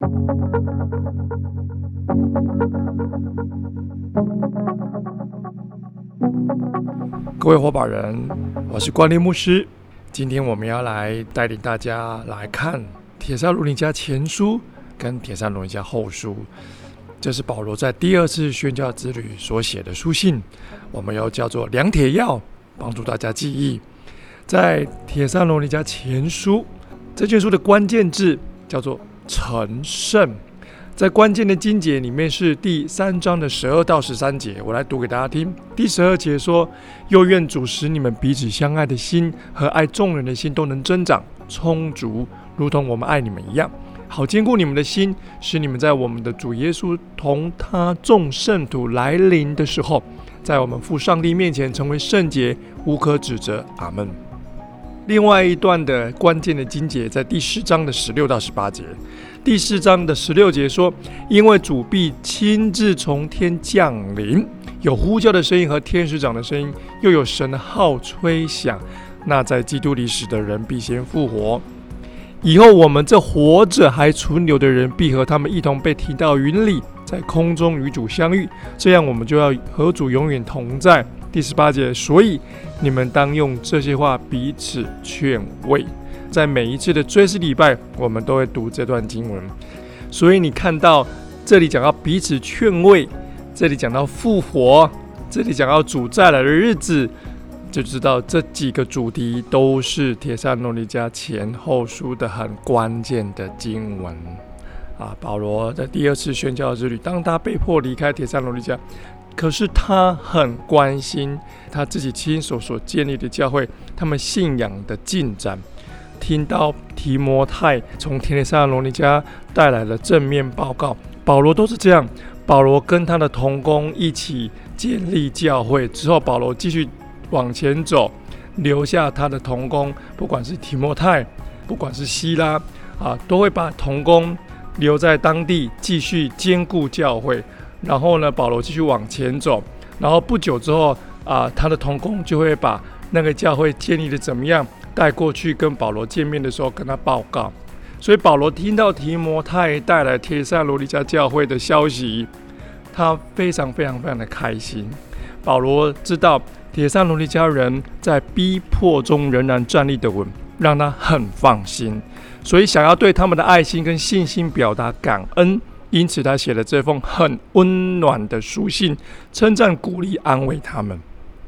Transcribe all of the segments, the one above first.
各位伙伴人，我是关立牧师。今天我们要来带领大家来看帖撒罗尼迦前书跟帖撒罗尼迦后书。这是保罗在第二次宣教之旅所写的书信，我们又叫做量铁要，帮助大家记忆。在帖撒罗尼迦前书，这卷书的关键字叫做成圣。在关键的经节里面是第3章的12到13节，我来读给大家听。第12节说：又愿主使你们彼此相爱的心和爱众人的心都能增长充足，如同我们爱你们一样，好坚固你们的心，使你们在我们的主耶稣同他众圣徒来临的时候，在我们父上帝面前成为圣洁，无可指责。阿们。另外一段的关键的经节在第4章的16到18节。第4章的16节说：因为主必亲自从天降临，有呼叫的声音和天使长的声音，又有神的号吹响，那在基督里死的人必先复活。以后我们这活着还存留的人，必和他们一同被提到云里，在空中与主相遇，这样我们就要和主永远同在。第18节，所以你们当用这些话彼此劝慰。在每一次的追思礼拜，我们都会读这段经文。所以你看到这里讲到彼此劝慰，这里讲到复活，这里讲到主再来的日子，就知道这几个主题都是帖撒罗尼迦前后书的很关键的经文。保罗在第二次宣教之旅，当他被迫离开帖撒罗尼迦，可是他很关心他自己亲手所建立的教会，他们信仰的进展。听到提摩太从帖撒罗尼迦带来的正面报告，保罗都是这样。保罗跟他的同工一起建立教会之后，保罗继续往前走，留下他的同工，不管是提摩太，不管是希拉，都会把同工留在当地，继续兼顾教会。然后呢，保罗继续往前走，然后不久之后，他的同工就会把那个教会建立的怎么样带过去，跟保罗见面的时候跟他报告。所以保罗听到提摩太带来帖撒罗尼迦教会的消息，他非常非常非常的开心。保罗知道帖撒罗尼迦人在逼迫中仍然站立得稳，让他很放心，所以想要对他们的爱心跟信心表达感恩。因此他写了这封很温暖的书信，称赞、鼓励、安慰他们。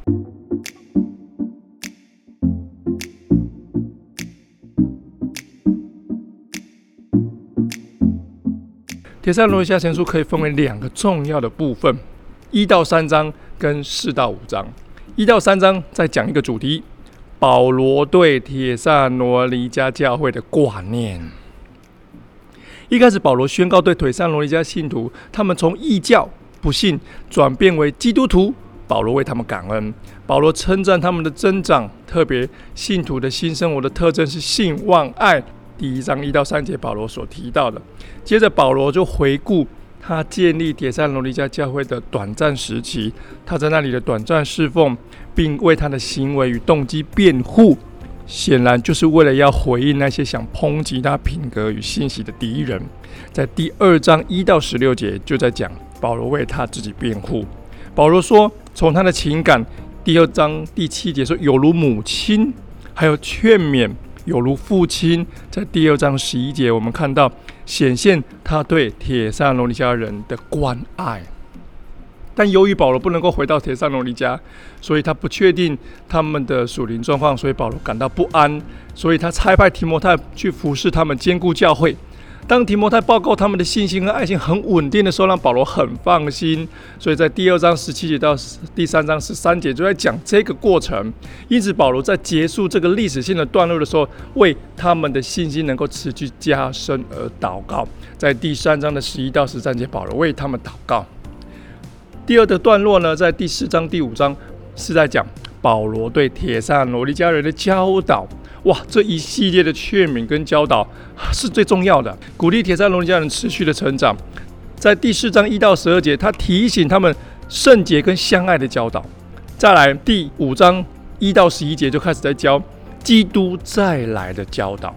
帖撒罗尼迦前书可以分为2个重要的部分，1到3章跟4到5章。1到3章在讲一个主题，保罗对帖撒罗尼迦教会的挂念。一开始保罗宣告对帖撒罗尼迦信徒，他们从异教不信转变为基督徒，保罗为他们感恩。保罗称赞他们的增长，特别信徒的新生活的特征是信、望、爱。第1章1到3节保罗所提到的。接着保罗就回顾他建立帖撒罗尼迦教会的短暂时期，他在那里的短暂侍奉，并为他的行为与动机辩护，显然就是为了要回应那些想抨击他品格与信息的敌人。在第2章1到16节就在讲保罗为他自己辩护。保罗说，从他的情感，第2章第7节说有如母亲，还有劝勉有如父亲。在第2章11节我们看到显现他对帖撒罗尼迦人的关爱。但由于保罗不能够回到帖撒罗尼迦，所以他不确定他们的属灵状况，所以保罗感到不安，所以他差派提摩太去服侍他们，兼顾教会。当提摩太报告他们的信心和爱心很稳定的时候，让保罗很放心。所以在第2章17节到第3章13节就在讲这个过程。因此保罗在结束这个历史性的段落的时候，为他们的信心能够持续加深而祷告。在第3章的11到13节，保罗为他们祷告。第2的段落呢，在第4章第5章是在讲保罗对帖撒罗尼迦人的教导。哇，这一系列的劝勉跟教导是最重要的，鼓励帖撒罗尼迦人持续的成长。在第4章1到12节，他提醒他们圣洁跟相爱的教导。再来第5章1到11节就开始在教基督再来的教导。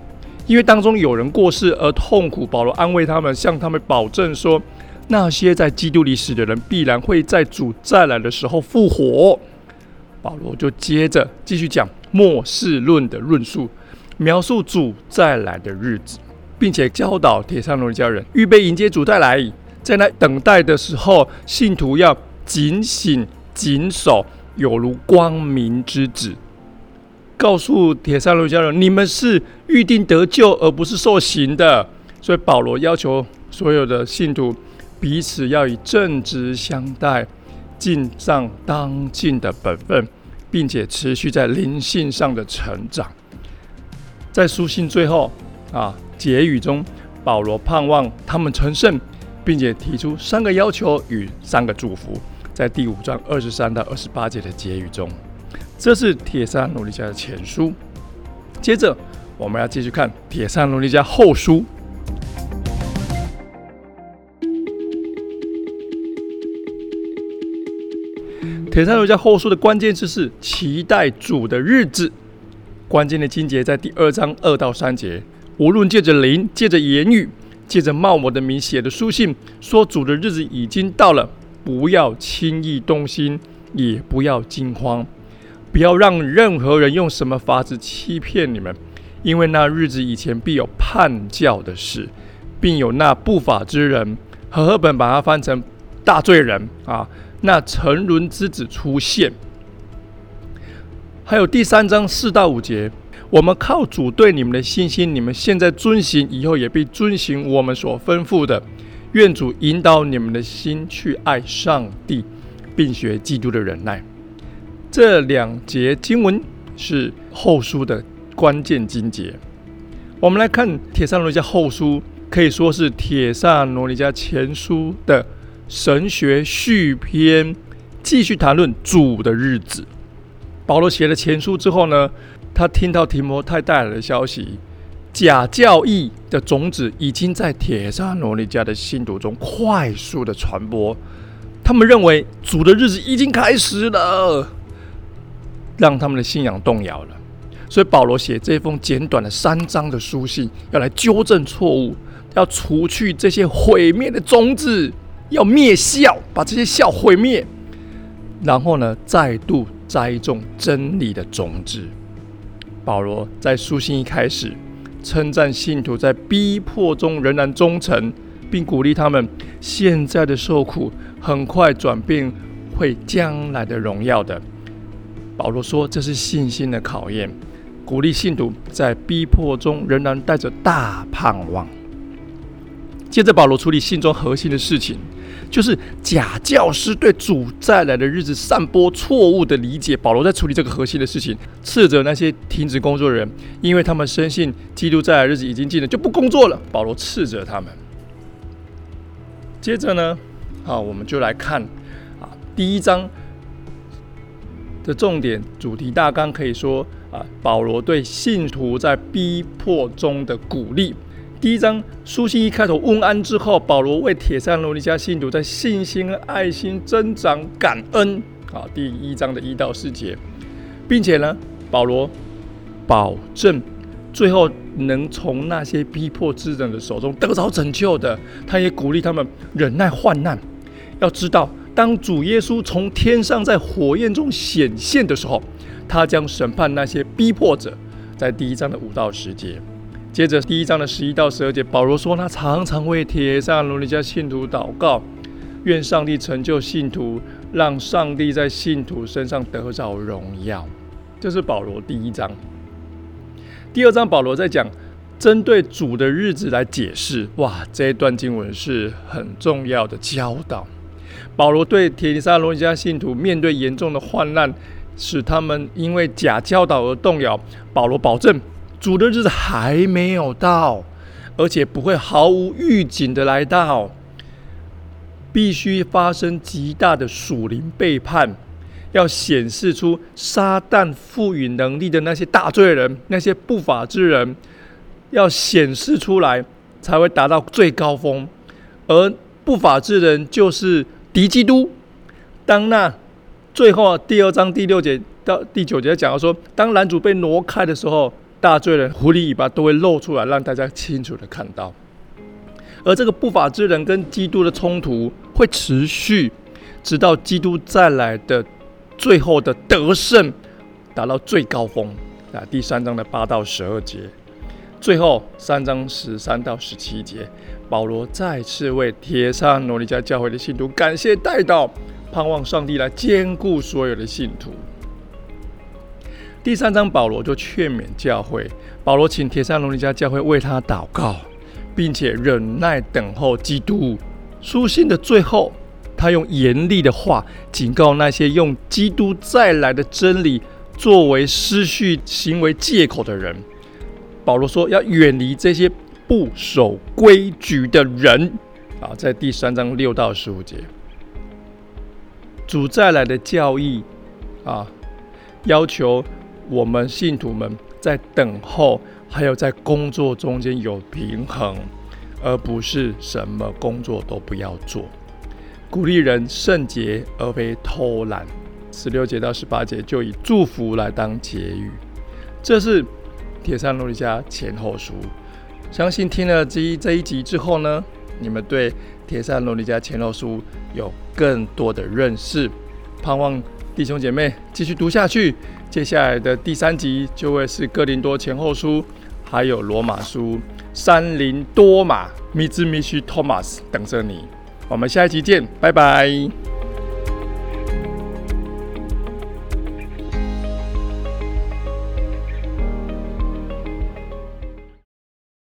因为当中有人过世而痛苦。保罗安慰他们，向他们保证说，那些在基督里死的人必然会在主再来的时候复活。保罗就接着继续讲末世论的论述，描述主再来的日子，并且教导帖撒罗尼迦人预备迎接主再来。在那等待的时候，信徒要警醒谨守，有如光明之子。告诉帖撒罗尼迦人，你们是预定得救而不是受刑的。所以保罗要求所有的信徒彼此要以正直相待，尽上当尽的本分，并且持续在灵性上的成长。在书信最后结语中，保罗盼望他们成圣，并且提出3个要求与3个祝福，在第5章23到28节的结语中。这是帖撒罗尼迦的前书。接着我们要继续看帖撒罗尼迦后书。帖撒罗尼迦后书的关键字是期待主的日子。关键的经节在第2章2到3节，无论借着灵，借着言语，借着冒我的名写的书信，说主的日子已经到了，不要轻易动心，也不要惊慌，不要让任何人用什么法子欺骗你们，因为那日子以前必有叛教的事，并有那不法之人，和合本把它翻成大罪人那沉沦之子出现。还有第3章4到5节，我们靠主对你们的信心，你们现在遵行，以后也必遵行我们所吩咐的。愿主引导你们的心去爱上帝，并学基督的忍耐。这2节经文是后书的关键经节。我们来看帖撒罗尼迦后书，可以说是帖撒罗尼迦前书的神学续篇，继续谈论主的日子。保罗写了前书之后呢，他听到提摩太带来的消息，假教义的种子已经在帖撒罗尼迦的信徒中快速的传播。他们认为主的日子已经开始了，让他们的信仰动摇了。所以保罗写这封简短的3章的书信，要来纠正错误，要除去这些毁灭的种子，要灭酵，把这些酵毁灭，然后呢，再度栽种真理的种子。保罗在书信一开始称赞信徒在逼迫中仍然忠诚，并鼓励他们现在的受苦很快转变会将来的荣耀的。保罗说这是信心的考验，鼓励信徒在逼迫中仍然带着大盼望。接着保罗处理信中核心的事情，就是假教师对主再来的日子散播错误的理解。保罗在处理这个核心的事情，斥责那些停止工作的人，因为他们深信基督再来的日子已经近了，就不工作了。保罗斥责他们。接着呢，我们就来看第1章的重点主题大纲，可以说保罗对信徒在逼迫中的鼓励。第1章书信一开头问安之后，保罗为帖撒罗尼迦信徒在信心和爱心增长感恩。第1章的1到4节，并且呢，保罗保证最后能从那些逼迫之人的手中得着拯救的。他也鼓励他们忍耐患难。要知道，当主耶稣从天上在火焰中显现的时候，他将审判那些逼迫者。在第1章的5到10节。接着第1章的11到12节，保罗说他常常为帖撒罗尼迦信徒祷告，愿上帝成就信徒，让上帝在信徒身上得着荣耀。这是保罗第1章。第2章保罗在讲针对主的日子来解释。这一段经文是很重要的教导。保罗对帖撒罗尼迦信徒面对严重的患难，使他们因为假教导而动摇，保罗保证主的日子还没有到，而且不会毫无预警的来到，必须发生极大的属灵背叛，要显示出撒旦赋予能力的那些大罪人，那些不法之人，要显示出来才会达到最高峰。而不法之人就是敌基督。当那最后第2章第6节到第9节讲到说，当拦阻被挪开的时候， 大罪人狐狸尾巴都会露出来，让大家清楚的看到。而这个不法之人跟基督的冲突会持续，直到基督再来的最后的得胜达到最高峰。第3章的8到12节，最后3章13到17节，保罗再次为帖撒罗尼迦教会的信徒感谢代祷，盼望上帝来兼顾所有的信徒。第3章保罗就劝勉教会，保罗请帖撒罗尼迦教会为他祷告，并且忍耐等候基督。书信的最后，他用严厉的话警告那些用基督再来的真理作为失序行为借口的人。保罗说要远离这些不守规矩的人。在第3章6到15节，主再来的教义要求我们信徒们在等候还有在工作中间有平衡，而不是什么工作都不要做。鼓励人圣洁而非偷懒。16节到18节就以祝福来当结语。这是帖撒罗尼迦前后书。相信听了这一集之后呢，你们对帖撒罗尼迦前后书有更多的认识。盼望弟兄姐妹继续读下去。接下来的第3集就会是哥林多前后书，还有罗马书。山林多马，米兹米须托马斯等着你。我们下一集见，拜拜。